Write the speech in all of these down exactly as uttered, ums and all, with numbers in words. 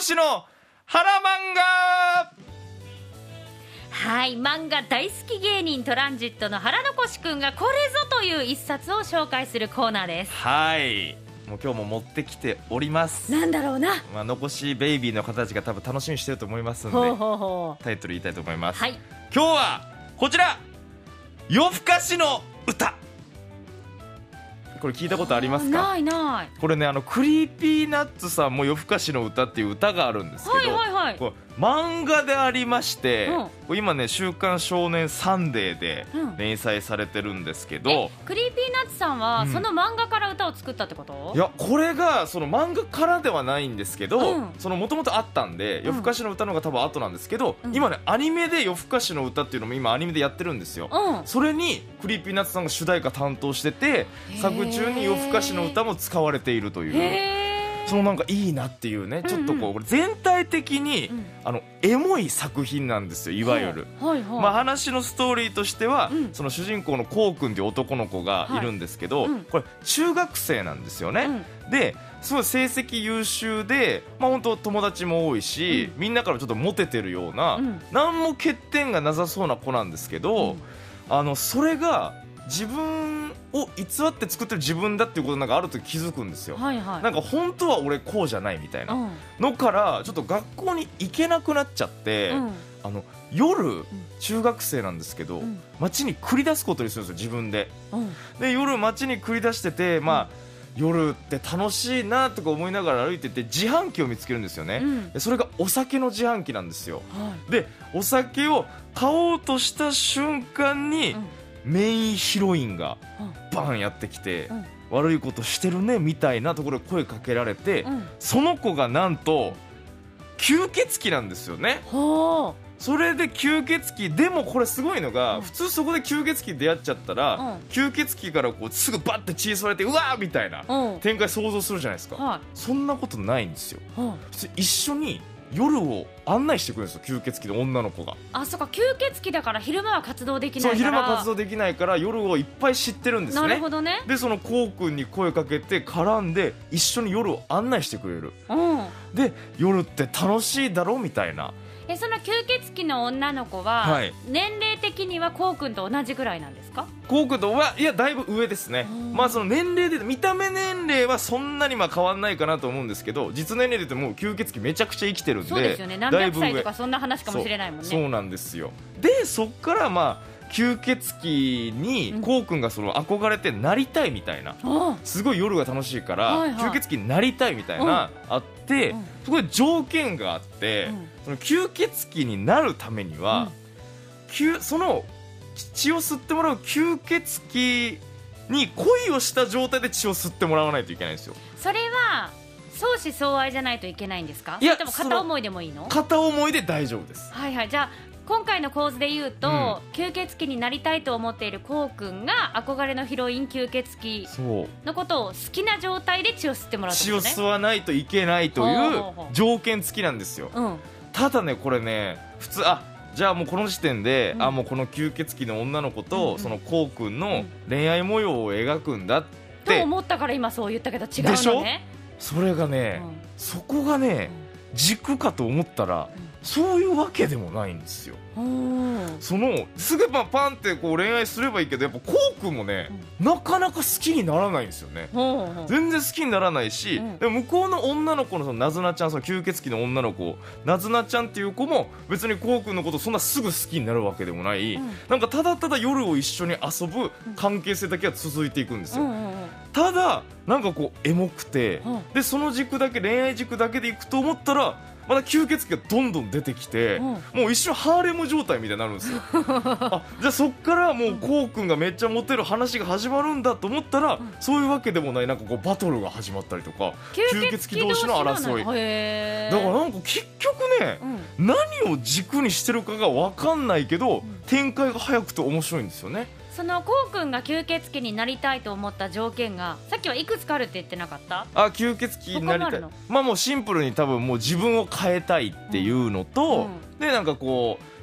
しの原漫画。 はい、漫画大好き芸人トランジットの原残しくんがこれぞという一冊を紹介するコーナーです。 はい、もう今日も持ってきております。 なんだろうな、 まあ、残しベイビーの方たちが多分楽しみにしてると思いますので、 ほうほうほう、 タイトル言いたいと思います、 はい、 今日はこちら、夜更かしの歌。これ聞いたことありますか？ ないない。 これね、あのクリーピーナッツさんも夜更かしの歌っていう歌があるんですけど、 はいはいはい、 こう漫画でありまして、 うん、 こう今ね週刊少年サンデーでうん連載されてるんですけど、 えクリーピーナッツさんは、 うんその漫画から歌を作ったってこと？ いや、これがその漫画からではないんですけど、 うんその元々あったんで、夜更かしの歌の方が多分後なんですけど、 うん今ねアニメで夜更かしの歌っていうのも今アニメでやってるんですよ、 うん、 それにクリーピーナッツさんが主題歌担当してて、 へー作中に夜更かしの歌も使われているという、 へー、 そのなんかいいなっていうね、ちょっとこう、 うんうんこれ全体的に、 うん、 あのエモい作品なんですよ、いわゆる。 はいはい、 まあ、話のストーリーとしては、 うんその主人公のこうくんという男の子がいるんですけど、 はいうんこれ中学生なんですよね、 うん、 ですごい成績優秀で、まあ、本当友達も多いし、 うみんなからちょっとモテてるような、 うん何も欠点がなさそうな子なんですけど、 うんあのそれが自分を偽って作ってる自分だっていうことなんかあると気づくんですよ。 はいはい、 なんか本当は俺こうじゃないみたいなうんのからちょっと学校に行けなくなっちゃって、 うんあの夜中学生なんですけど、 うん街に繰り出すことにするんですよ、自分で。 うんで夜街に繰り出してて、まあ夜って楽しいなとか思いながら歩いてて自販機を見つけるんですよね、 うんでそれがお酒の自販機なんですよ。 はいでお酒を買おうとした瞬間に、 うんメインヒロインがうんバーンやってきて、 うん悪いことしてるねみたいなところで声かけられて、 うんその子がなんと吸血鬼なんですよね。 ほそれで吸血鬼でもこれすごいのが、 うん普通そこで吸血鬼出会っちゃったら、 うん吸血鬼からこうすぐバッて血それてうわーみたいなう、うん、 展開想像するじゃないですか。 はい、 そんなことないんですよ。 うん、 普通一緒に夜を案内してくれるんですよ、吸血鬼の女の子が。 あ、そっか、吸血鬼だから昼間は活動できなそういから。 昼間活動できないから夜をいっぱい知ってるんですね。 なるほどね。 でそのこうくんに声かけて絡んで一緒に夜を案内してくれる。 うん、 で夜って楽しいだろみたいな。 え、その吸血鬼の女の子は、 はい年齢的にはこうくんと同じぐらいなんですか？ こうくんとはいやだいぶ上ですね。 うんまあその年齢で見た目年齢はそんなにまあ変わんないかなと思うんですけど、実年齢で言ってもう吸血鬼めちゃくちゃ生きてるんで、 そうですよね、何百歳とかそんな話かもしれないもんね。 そうそうなんですよ。でそっからまあ吸血鬼にこうくんがその憧れてなりたいみたいな、 あすごい夜が楽しいから、 はいはい吸血鬼になりたいみたいな、あって、 うんそこで条件があって、 うんその吸血鬼になるためには、吸その血を吸ってもらう吸血鬼に恋をした状態で血を吸ってもらわないといけないんですよ。 それは相思相愛じゃないといけないんですか？ いやそれとも片思いでもいいの？ 片思いで大丈夫です。 はいはい、じゃあ今回の構図で言うと、 うん吸血鬼になりたいと思っているこうくんが憧れのヒロイン吸血鬼そうのことを好きな状態で血を吸ってもらうって血をことね。 吸わないといけないとほういうほうほう条件付きなんですよ。 うん、 ただねこれね普通あじゃあもうこの時点で、 うんあもうこの吸血鬼の女の子と、 うんうんそのこうくんのうん恋愛模様を描くんだっとて、 思ったから今そう言ったけど違うでしょのね。 それがね、 うんそこがね軸かと思ったら、そういうわけでもないんですよ。 うんそのすぐまあパンってこう恋愛すればいいけどやっぱこうくんもね、なかなか好きにならないんですよね。 ほうほう全然好きにならないし、 うんでも向こうの女の子のそのなずなちゃん、その吸血鬼の女の子なずなちゃんっていう子も別にこうくんのことそんなすぐ好きになるわけでもない、 うんなんかただただ夜を一緒に遊ぶ関係性だけは続いていくんですよ、 うんうんうんただなんかこうエモくて、 うんでその軸だけ恋愛軸だけでいくと思ったらまた吸血鬼がどんどん出てきて、 うんもう一瞬ハーレム状態みたいになるんですよあじゃあそっからもうこうくんがめっちゃモテる話が始まるんだと思ったら、 んそういうわけでもない、なんかこうバトルが始まったりとか吸血鬼同士の争いへーだからなんか結局ね、 うん何を軸にしてるかが分かんないけど、 ん展開が早くて面白いんですよね。 そのこうくんが吸血鬼になりたいと思った条件がさっきはいくつかあるって言ってなかった？ あ吸血鬼になりたい他もあるの？ まあもうシンプルに多分もう自分を変えたいっていうのと、 うんでなんかこう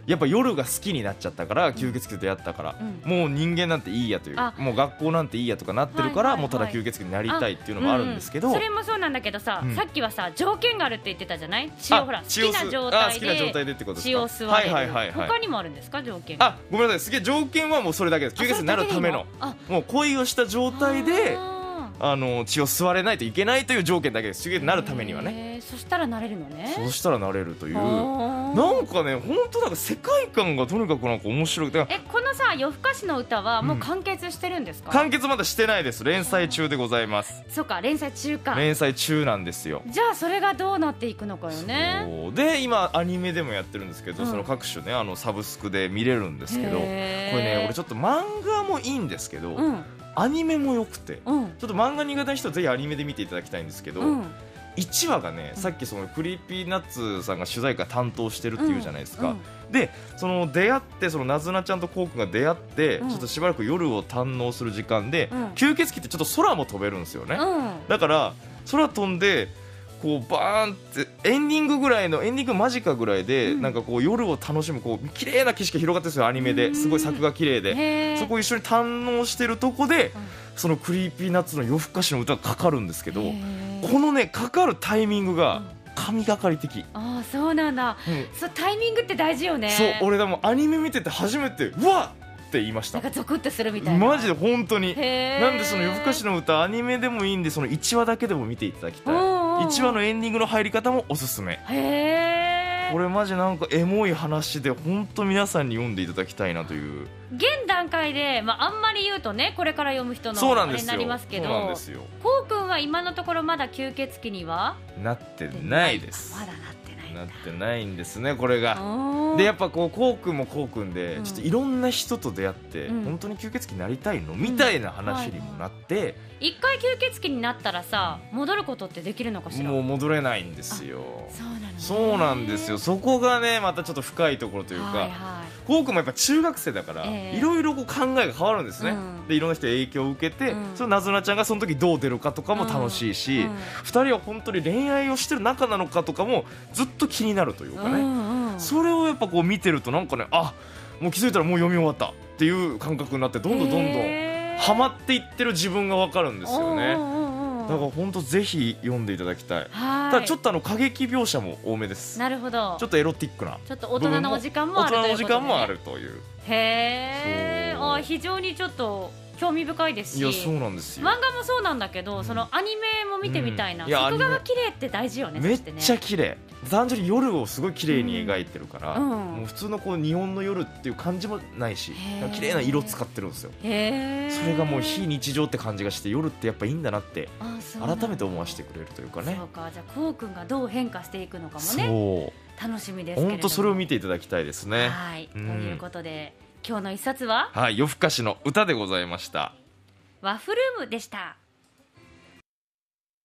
やっぱ夜が好きになっちゃったから、吸血鬼と出会ったから、 うん、 もう人間なんていいやという、もう学校なんていいやとかなってるから、はいはいはい、もうただ吸血鬼になりたいっていうのもあるんですけど、 うん、それもそうなんだけどさ、うん、さっきはさ条件があるって言ってたじゃない。血をほら好きな状態で血を吸われる、はいはいはいはい、他にもあるんですか条件。 あ、ごめんなさい、すげえ条件はもうそれだけです。吸血鬼になるための、もう恋をした状態であの血を吸われないといけないという条件だけです。吸血鬼になるためにはね。 そしたらなれるのね。 そしたらなれるという、なんかね、本当なんか世界観がとにかくなんか面白い。 え、このさ夜更かしの歌はもう完結してるんですか。 うん、完結まだしてないです。連載中でございます。 そうか、連載中か。 連載中なんですよ。 じゃあそれがどうなっていくのかよね。 そうで今アニメでもやってるんですけど、うん、その各種ねあのサブスクで見れるんですけど、これね俺ちょっと漫画もいいんですけど、うん、アニメもよくて、うん、ちょっと漫画苦手な人はぜひアニメで見ていただきたいんですけど、うん、いちわがね、さっきそのクリーピーナッツさんが主題歌担当してるっていうじゃないですか、うんうん、でその出会ってそのなずなちゃんとこうくんが出会って、うん、ちょっとしばらく夜を堪能する時間で、うん、吸血鬼ってちょっと空も飛べるんですよね、うん、だから空飛んでこうバーンってエンディングぐらいのエンディング間近ぐらいで、うん、なんかこう夜を楽しむこう綺麗な景色が広がってるんですよ。アニメですごい作画綺麗で、そこを一緒に堪能してるとこで、うん、そのクリーピーナッツの夜更かしの歌がかかるんですけど、このねかかるタイミングが神がかり的、うん、 ああそうなんだ、うん、そうタイミングって大事よね。 そう俺でもアニメ見てて初めてうわっって言いました。 なんかゾクッとするみたいな。 マジで本当に。なんでその夜更かしの歌アニメでもいいんで、そのいちわだけでも見ていただきたい。いちわのエンディングの入り方もおすすめ。へー、これマジなんかエモい話で本当皆さんに読んでいただきたいなという。 現段階で、まあ、あんまり言うとねこれから読む人のあれになりますけど、 そうなんですよ。 こうくんは今のところまだ吸血鬼にはなってないです。 まだなってないんだ。 なってないんですねこれが。でやっぱこうこうくんもこうくんで、うん、ちょっといろんな人と出会って、うん、本当に吸血鬼になりたいの、うん、みたいな話にもなって、はいはい、 一回吸血鬼になったらさ戻ることってできるのかしら。 もう戻れないんですよ。 そうなのね。 そうなんですよ。そこがねまたちょっと深いところというか、はいはい、こうくんもやっぱ中学生だから、えー、いろいろこう考えが変わるんですね、うん、でいろんな人に影響を受けて、うん、そのなずなちゃんがその時どう出るかとかも楽しいし、うんうん、ふたりは本当に恋愛をしてる仲なのかとかもずっと気になるというかね、うんうん、それをやっぱこう見てるとなんかね、あもう気づいたらもう読み終わったっていう感覚になって、どんどんどんどんハマっていってる自分が分かるんですよね。だから本当ぜひ読んでいただきたい。ただちょっとあの過激描写も多めです。 なるほど。 ちょっとエロティックな、 ちょっと大人のお時間もあるということで、ね、 大人のお時間もあるという。 へー、あ非常にちょっと興味深いですし、 いやそうなんですよ。 漫画もそうなんだけど、うん、そのアニメも見てみたいな、うん、いや作画が綺麗って大事よね。 めっちゃ綺麗、単純に夜をすごい綺麗に描いてるから、うん、もう普通のこう日本の夜っていう感じもないし、綺麗な色使ってるんですよ。へそれがもう非日常って感じがして、夜ってやっぱいいんだなって改めて思わせてくれるというかね。 そうか、じゃあこうくんがどう変化していくのかもね、そう楽しみですけれども、 本当それを見ていただきたいですね。 はい、うん、ということで今日の一冊は、 はい、夜更かしの歌でございました。 ワッフルームでした。